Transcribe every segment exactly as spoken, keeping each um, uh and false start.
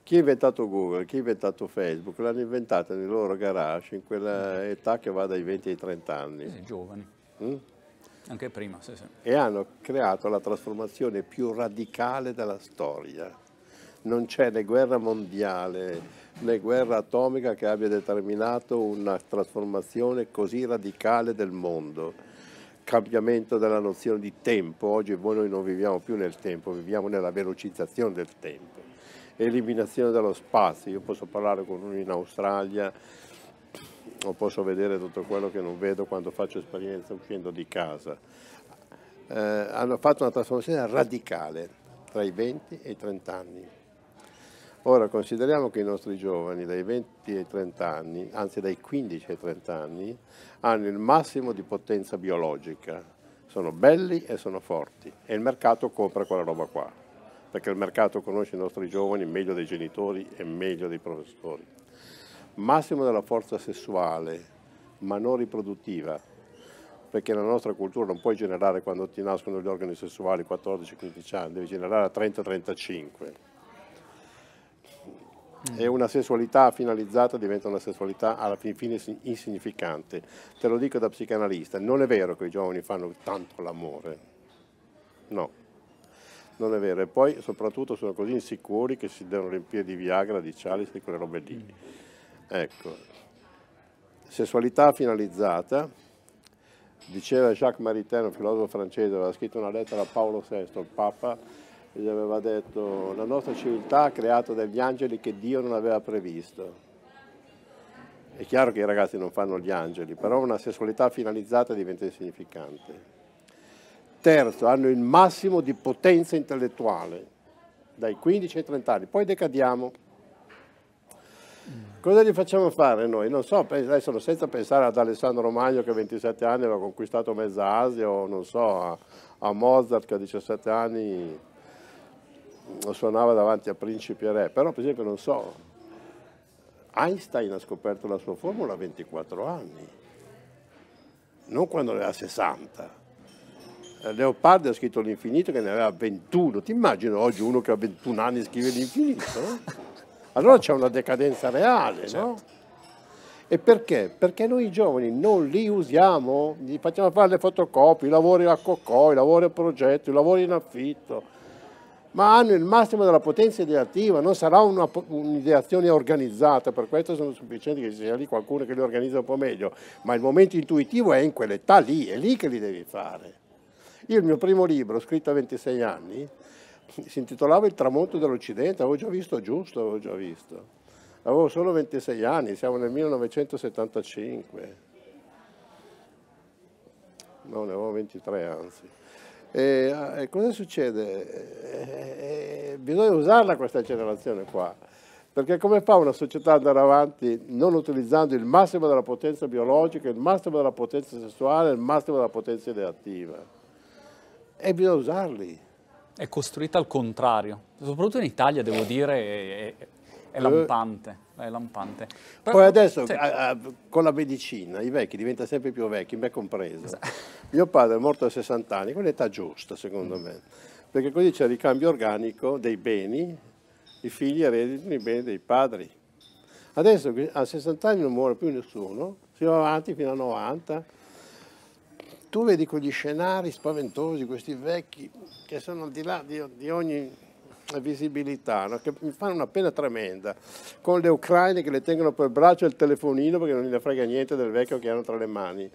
Chi ha inventato Google, chi ha inventato Facebook, l'hanno inventata nel loro garage in quella età che va dai venti ai trenta anni. Sì, giovani. Mm? Anche prima, sì, sì. E hanno creato la trasformazione più radicale della storia. Non c'è né guerra mondiale né guerra atomica che abbia determinato una trasformazione così radicale del mondo. Cambiamento della nozione di tempo. Oggi noi non viviamo più nel tempo, viviamo nella velocizzazione del tempo. Eliminazione dello spazio. Io posso parlare con uno in Australia o posso vedere tutto quello che non vedo quando faccio esperienza uscendo di casa. Eh, hanno fatto una trasformazione radicale tra i venti e i trenta anni. Ora consideriamo che i nostri giovani dai venti ai trenta anni, anzi dai quindici ai trenta anni, hanno il massimo di potenza biologica, sono belli e sono forti e il mercato compra quella roba qua, perché il mercato conosce i nostri giovani meglio dei genitori e meglio dei professori. Massimo della forza sessuale, ma non riproduttiva, perché nella nostra cultura non puoi generare quando ti nascono gli organi sessuali quattordici quindici anni, devi generare a trenta trentacinque. E una sessualità finalizzata diventa una sessualità alla fine insignificante. Te lo dico da psicanalista, non è vero che i giovani fanno tanto l'amore, no, non è vero. E poi soprattutto sono così insicuri che si devono riempire di Viagra, di Cialis e quelle robe lì. Ecco, sessualità finalizzata, diceva Jacques Maritain, un filosofo francese, aveva scritto una lettera a Paolo sesto, il Papa, e gli aveva detto: la nostra civiltà ha creato degli angeli che Dio non aveva previsto. È chiaro che i ragazzi non fanno gli angeli, però una sessualità finalizzata diventa insignificante. Terzo, hanno il massimo di potenza intellettuale, dai quindici ai trenta anni, poi decadiamo. Cosa gli facciamo fare noi? Non so, adesso senza pensare ad Alessandro Magno che a ventisette anni aveva conquistato mezza Asia, o non so, a, a Mozart che a diciassette anni suonava davanti a principi e re, però per esempio non so, Einstein ha scoperto la sua formula a ventiquattro anni, non quando ne aveva sessanta. Leopardi ha scritto l'infinito che ne aveva ventuno, ti immagini oggi uno che ha ventuno anni scrive l'infinito? Allora c'è una decadenza reale, no? E perché? Perché noi giovani non li usiamo, gli facciamo fare le fotocopie, i lavori a cocò, i lavori a progetto, i lavori in affitto, ma hanno il massimo della potenza ideativa, non sarà un'ideazione organizzata, per questo sono sufficienti che ci sia lì qualcuno che li organizza un po' meglio, ma il momento intuitivo è in quell'età lì, è lì che li devi fare. Io il mio primo libro, scritto a ventisei anni, si intitolava Il tramonto dell'Occidente, avevo già visto giusto, avevo già visto. Avevo solo ventisei anni, siamo nel millenovecentosettantacinque. No, ne avevo ventitré anzi. E, e cosa succede? E, bisogna usarla questa generazione qua, perché come fa una società ad andare avanti non utilizzando il massimo della potenza biologica, il massimo della potenza sessuale, il massimo della potenza ideativa? E bisogna usarli. È costruita al contrario, soprattutto in Italia, devo dire, è, è lampante. È lampante. Però, poi adesso sì. a, a, con la medicina i vecchi diventano sempre più vecchi, me compreso. Esatto. Mio padre è morto a sessanta anni, quell'età giusta secondo mm. me, perché così c'è il ricambio organico dei beni, i figli ereditano i beni dei padri. Adesso a sessanta anni non muore più nessuno, si va avanti fino a novanta. Tu vedi quegli scenari spaventosi, questi vecchi che sono al di là di, di ogni visibilità, no? Che mi fanno una pena tremenda, con le ucraine che le tengono per braccio il telefonino perché non gli frega niente del vecchio che hanno tra le mani.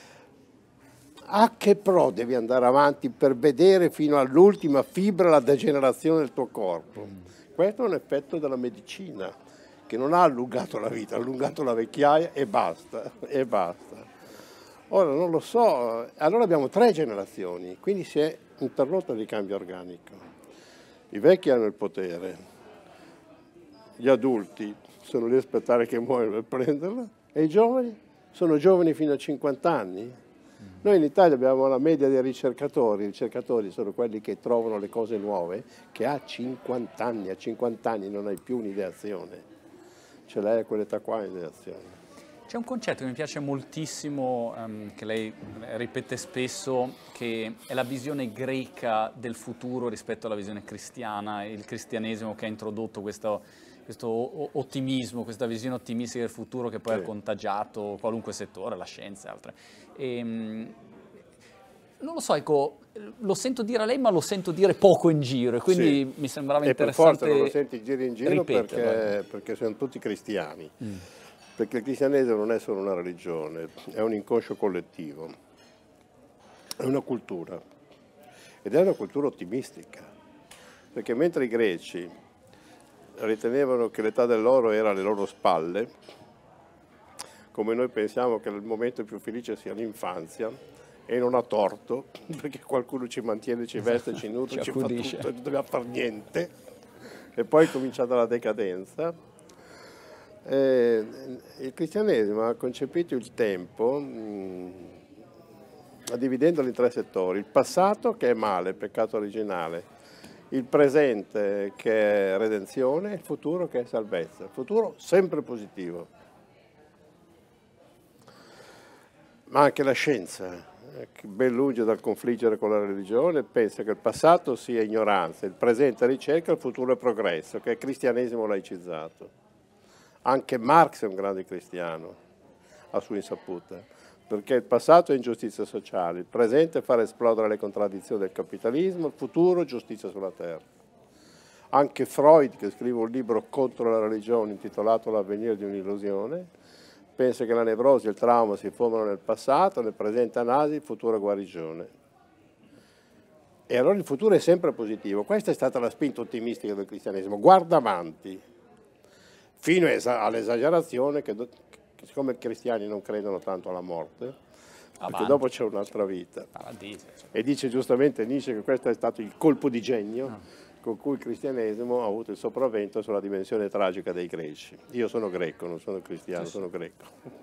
A che pro devi andare avanti per vedere fino all'ultima fibra la degenerazione del tuo corpo? Mm. Questo è un effetto della medicina, che non ha allungato la vita, ha allungato la vecchiaia e basta, e basta. Ora non lo so, allora abbiamo tre generazioni, quindi si è interrotto il ricambio organico. I vecchi hanno il potere, gli adulti sono lì a aspettare che muoiono per prenderla, e i giovani sono giovani fino a cinquanta anni. Noi in Italia abbiamo la media dei ricercatori, i ricercatori sono quelli che trovano le cose nuove, che ha cinquanta anni, a cinquanta anni non hai più un'ideazione, ce l'hai a quell'età qua un'ideazione. C'è un concetto che mi piace moltissimo, um, che lei ripete spesso, che è la visione greca del futuro rispetto alla visione cristiana, il cristianesimo che ha introdotto questo, questo ottimismo, questa visione ottimistica del futuro che poi sì. ha contagiato qualunque settore, la scienza e altre. E, um, non lo so, ecco, lo sento dire a lei, ma lo sento dire poco in giro, e quindi sì. mi sembrava e interessante. E per forza non lo senti dire in giro perché, perché sono tutti cristiani. Mm. Perché il cristianesimo non è solo una religione, è un inconscio collettivo, è una cultura, ed è una cultura ottimistica, perché mentre i greci ritenevano che l'età dell'oro era alle loro spalle, come noi pensiamo che il momento più felice sia l'infanzia, e non ha torto, perché qualcuno ci mantiene, ci veste, ci nutre, ci, ci fa tutto, non dobbiamo fare niente, e poi è cominciata la decadenza. Eh, il cristianesimo ha concepito il tempo mh, dividendolo in tre settori: il passato, che è male, peccato originale; il presente, che è redenzione; il futuro, che è salvezza. Il futuro sempre positivo. Ma anche la scienza, che ben lungi dal confliggere con la religione, pensa che il passato sia ignoranza, il presente è ricerca, il futuro è progresso, che è cristianesimo laicizzato. Anche Marx è un grande cristiano, a sua insaputa, perché il passato è ingiustizia sociale, il presente è far esplodere le contraddizioni del capitalismo, il futuro giustizia sulla terra. Anche Freud, che scrive un libro contro la religione intitolato L'avvenire di un'illusione, pensa che la nevrosi e il trauma si formano nel passato, nel presente analisi, il futuro è guarigione. E allora il futuro è sempre positivo. Questa è stata la spinta ottimistica del cristianesimo: guarda avanti, fino all'esagerazione che, che siccome i cristiani non credono tanto alla morte, avanti, perché dopo c'è un'altra vita. Paradiso. E dice giustamente Nietzsche che questo è stato il colpo di genio ah. con cui il cristianesimo ha avuto il sopravvento sulla dimensione tragica dei greci. Io sono greco, non sono cristiano, sì, sono greco.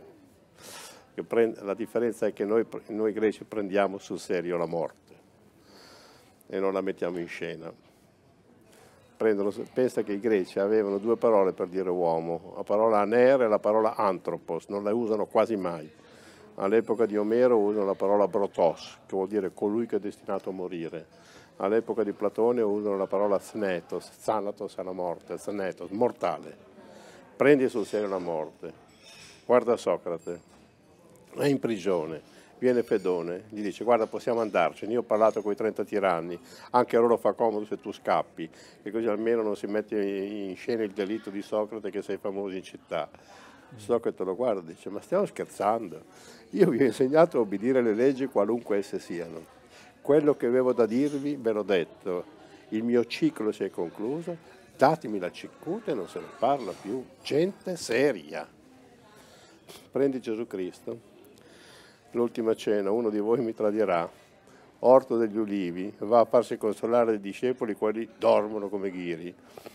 La differenza è che noi, noi greci prendiamo sul serio la morte e non la mettiamo in scena. Prendono, pensa che i greci avevano due parole per dire uomo, la parola aner e la parola anthropos, non la usano quasi mai. All'epoca di Omero usano la parola brotos, che vuol dire colui che è destinato a morire. All'epoca di Platone usano la parola thnetos, thanatos è la morte, thnetos, mortale. Prendi sul serio la morte. Guarda Socrate, è in prigione. Viene Fedone, gli dice: guarda, possiamo andarcene, io ho parlato con i trenta tiranni, anche a loro fa comodo se tu scappi, che così almeno non si mette in scena il delitto di Socrate che sei famoso in città. Socrate lo guarda e dice: ma stiamo scherzando? Io vi ho insegnato a obbedire le leggi qualunque esse siano. Quello che avevo da dirvi ve l'ho detto, il mio ciclo si è concluso, datemi la cicuta e non se ne parla più. Gente seria. Prendi Gesù Cristo. L'ultima cena, uno di voi mi tradirà, orto degli ulivi, va a farsi consolare dei discepoli, quelli dormono come ghiri.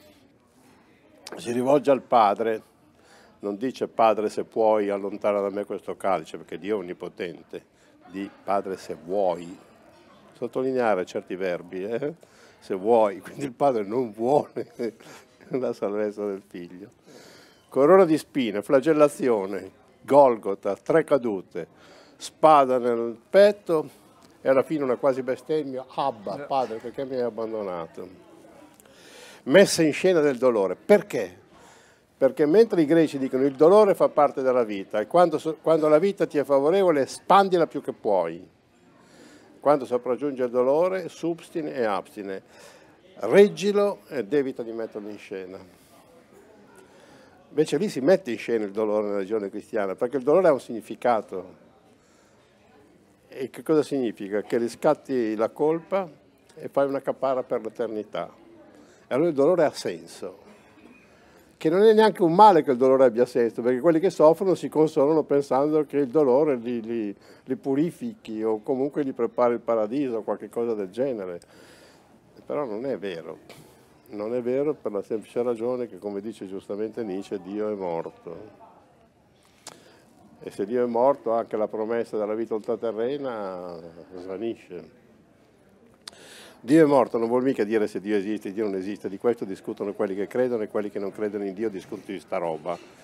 Si rivolge al Padre, non dice: Padre, se puoi allontana da me questo calice, perché Dio è onnipotente, di Padre, se vuoi, sottolineare certi verbi, eh? Se vuoi, quindi il Padre non vuole la salvezza del Figlio. Corona di spine, flagellazione, Golgota, tre cadute, spada nel petto e alla fine una quasi bestemmia: Abba, Padre, perché mi hai abbandonato? Messa in scena del dolore. Perché? Perché mentre i greci dicono il dolore fa parte della vita e quando, quando la vita ti è favorevole espandila più che puoi, quando sopraggiunge il dolore substine e abstine, reggilo ed evita di metterlo in scena. Invece lì si mette in scena il dolore nella religione cristiana, perché il dolore ha un significato. E che cosa significa? Che riscatti la colpa e fai una caparra per l'eternità. E allora il dolore ha senso. Che non è neanche un male che il dolore abbia senso, perché quelli che soffrono si consolano pensando che il dolore li, li, li purifichi o comunque gli prepari il paradiso o qualche cosa del genere. Però non è vero. Non è vero per la semplice ragione che, come dice giustamente Nietzsche, Dio è morto. E se Dio è morto, anche la promessa della vita ultraterrena svanisce. Dio è morto non vuol mica dire se Dio esiste, Dio non esiste. Di questo discutono quelli che credono e quelli che non credono in Dio discutono di sta roba.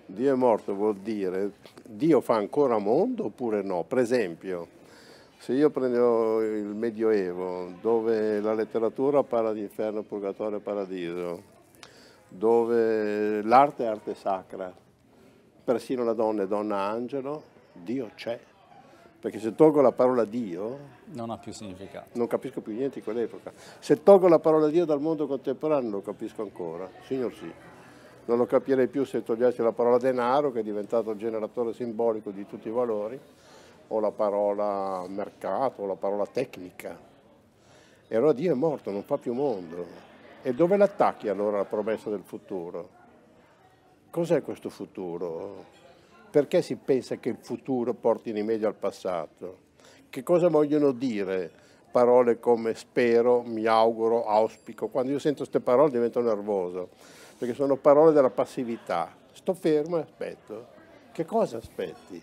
Dio è morto vuol dire Dio fa ancora mondo oppure no? Per esempio, se io prendo il Medioevo, dove la letteratura parla di inferno, purgatorio e paradiso, dove l'arte è arte sacra, persino la donna è donna angelo, Dio c'è. Perché se tolgo la parola Dio non ha più significato. Non capisco più niente in quell'epoca. Se tolgo la parola Dio dal mondo contemporaneo lo capisco ancora, signor sì. Non lo capirei più se togliessi la parola denaro, che è diventato il generatore simbolico di tutti i valori, o la parola mercato, o la parola tecnica. E allora Dio è morto, non fa più mondo. E dove l'attacchi allora la promessa del futuro? Cos'è questo futuro? Perché si pensa che il futuro porti rimedio al passato? Che cosa vogliono dire parole come spero, mi auguro, auspico? Quando io sento queste parole divento nervoso, perché sono parole della passività. Sto fermo e aspetto. Che cosa aspetti?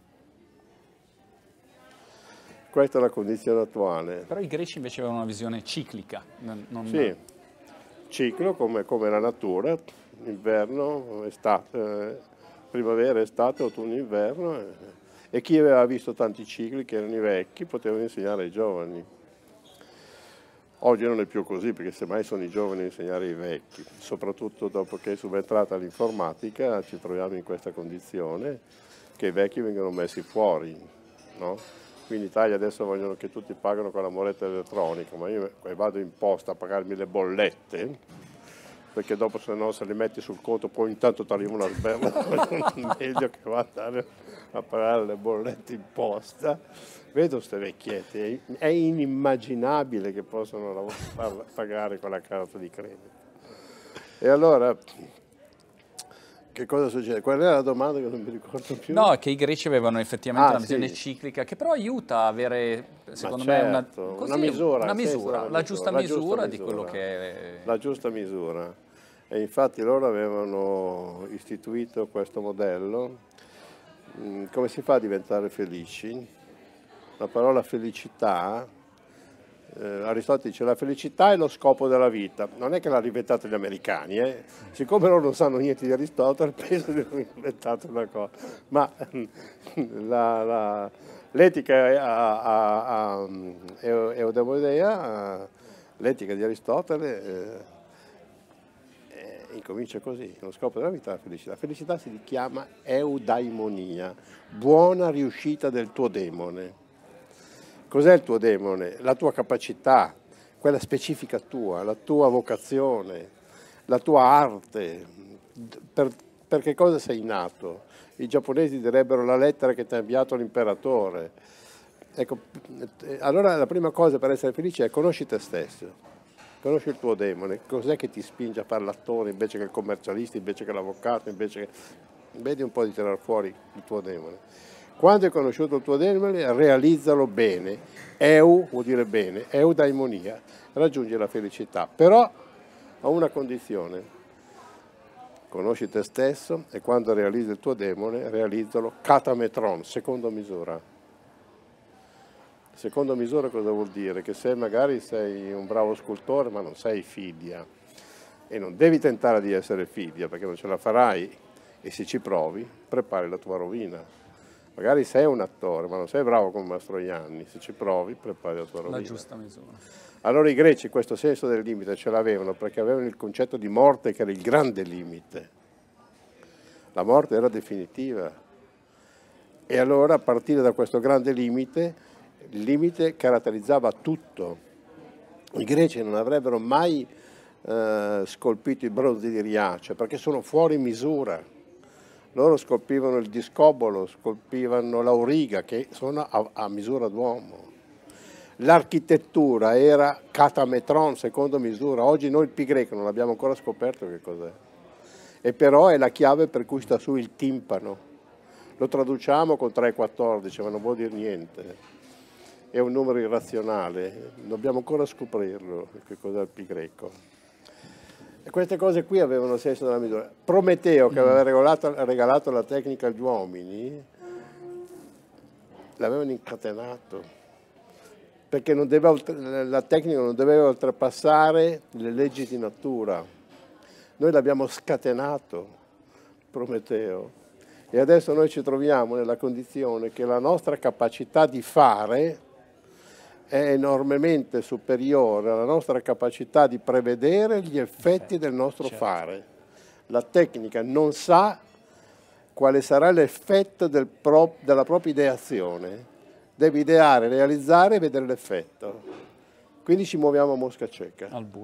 Questa è la condizione attuale. Però i greci invece avevano una visione ciclica. Non, non... Sì, ciclo come, come la natura, inverno, estate, primavera, estate, autunno, inverno. E chi aveva visto tanti cicli, che erano i vecchi, potevano insegnare ai giovani. Oggi non è più così, perché semmai sono i giovani a insegnare ai vecchi. Soprattutto dopo che è subentrata l'informatica ci troviamo in questa condizione, che i vecchi vengono messi fuori, no? Qui in Italia adesso vogliono che tutti pagano con la moneta elettronica, ma io vado in posta a pagarmi le bollette, perché dopo se no se le metti sul conto poi intanto ti arriva una sberla, meglio che va a andare a pagare le bollette in posta. Vedo queste vecchiette, è inimmaginabile che possano pagare con la carta di credito. E allora, che cosa succede? Qual era la domanda che non mi ricordo più? No, che i greci avevano effettivamente ah, una visione sì. ciclica, che però aiuta a avere, secondo Ma me, certo, una, così, una misura, una misura, una la giusta misura, misura, la giusta di quello che è... La giusta misura. E infatti loro avevano istituito questo modello. Come si fa a diventare felici? La parola felicità, eh, Aristotele dice la felicità è lo scopo della vita. Non è che l'hanno inventato gli americani, eh? Siccome loro non sanno niente di Aristotele, penso di aver inventato una cosa. Ma la, la, l'etica a, a, a Eudemodea, l'etica di Aristotele, eh, incomincia così, lo scopo della vita è la felicità. La felicità si chiama eudaimonia, buona riuscita del tuo demone. Cos'è il tuo demone? La tua capacità, quella specifica tua, la tua vocazione, la tua arte. Per, per che cosa sei nato? I giapponesi direbbero la lettera che ti ha inviato l'imperatore. Ecco, allora la prima cosa per essere felice è conosci te stesso. Conosci il tuo demone, cos'è che ti spinge a fare l'attore invece che il commercialista, invece che l'avvocato, invece che... Vedi un po' di tirar fuori il tuo demone. Quando hai conosciuto il tuo demone, realizzalo bene. Eu vuol dire bene, eudaimonia, raggiungi la felicità. Però a una condizione. Conosci te stesso e quando realizzi il tuo demone, realizzalo katametron, secondo misura. Secondo misura cosa vuol dire? Che se magari sei un bravo scultore ma non sei Fidia e non devi tentare di essere Fidia perché non ce la farai e se ci provi prepari la tua rovina. Magari sei un attore ma non sei bravo come Mastroianni, se ci provi prepari la tua rovina. La giusta misura. Allora i greci questo senso del limite ce l'avevano perché avevano il concetto di morte che era il grande limite. La morte era definitiva e allora a partire da questo grande limite il limite caratterizzava tutto. I greci non avrebbero mai eh, scolpito i bronzi di Riace perché sono fuori misura. Loro scolpivano il discobolo, scolpivano l'auriga che sono a, a misura d'uomo. L'architettura era katametron, secondo misura. Oggi noi il pi greco non abbiamo ancora scoperto che cos'è. E però è la chiave per cui sta su il timpano. Lo traduciamo con tre e quattordici, ma non vuol dire niente. È un numero irrazionale, dobbiamo ancora scoprirlo, che cos'è il pi greco. E queste cose qui avevano senso della misura. Prometeo, che aveva regalato, regalato la tecnica agli uomini, l'avevano incatenato, perché non deve, la tecnica non doveva oltrepassare le leggi di natura. Noi l'abbiamo scatenato, Prometeo. E adesso noi ci troviamo nella condizione che la nostra capacità di fare è enormemente superiore alla nostra capacità di prevedere gli effetti del nostro certo. fare. La tecnica non sa quale sarà l'effetto del pro, della propria ideazione. Deve ideare, realizzare e vedere l'effetto. Quindi ci muoviamo a mosca cieca. Al buio.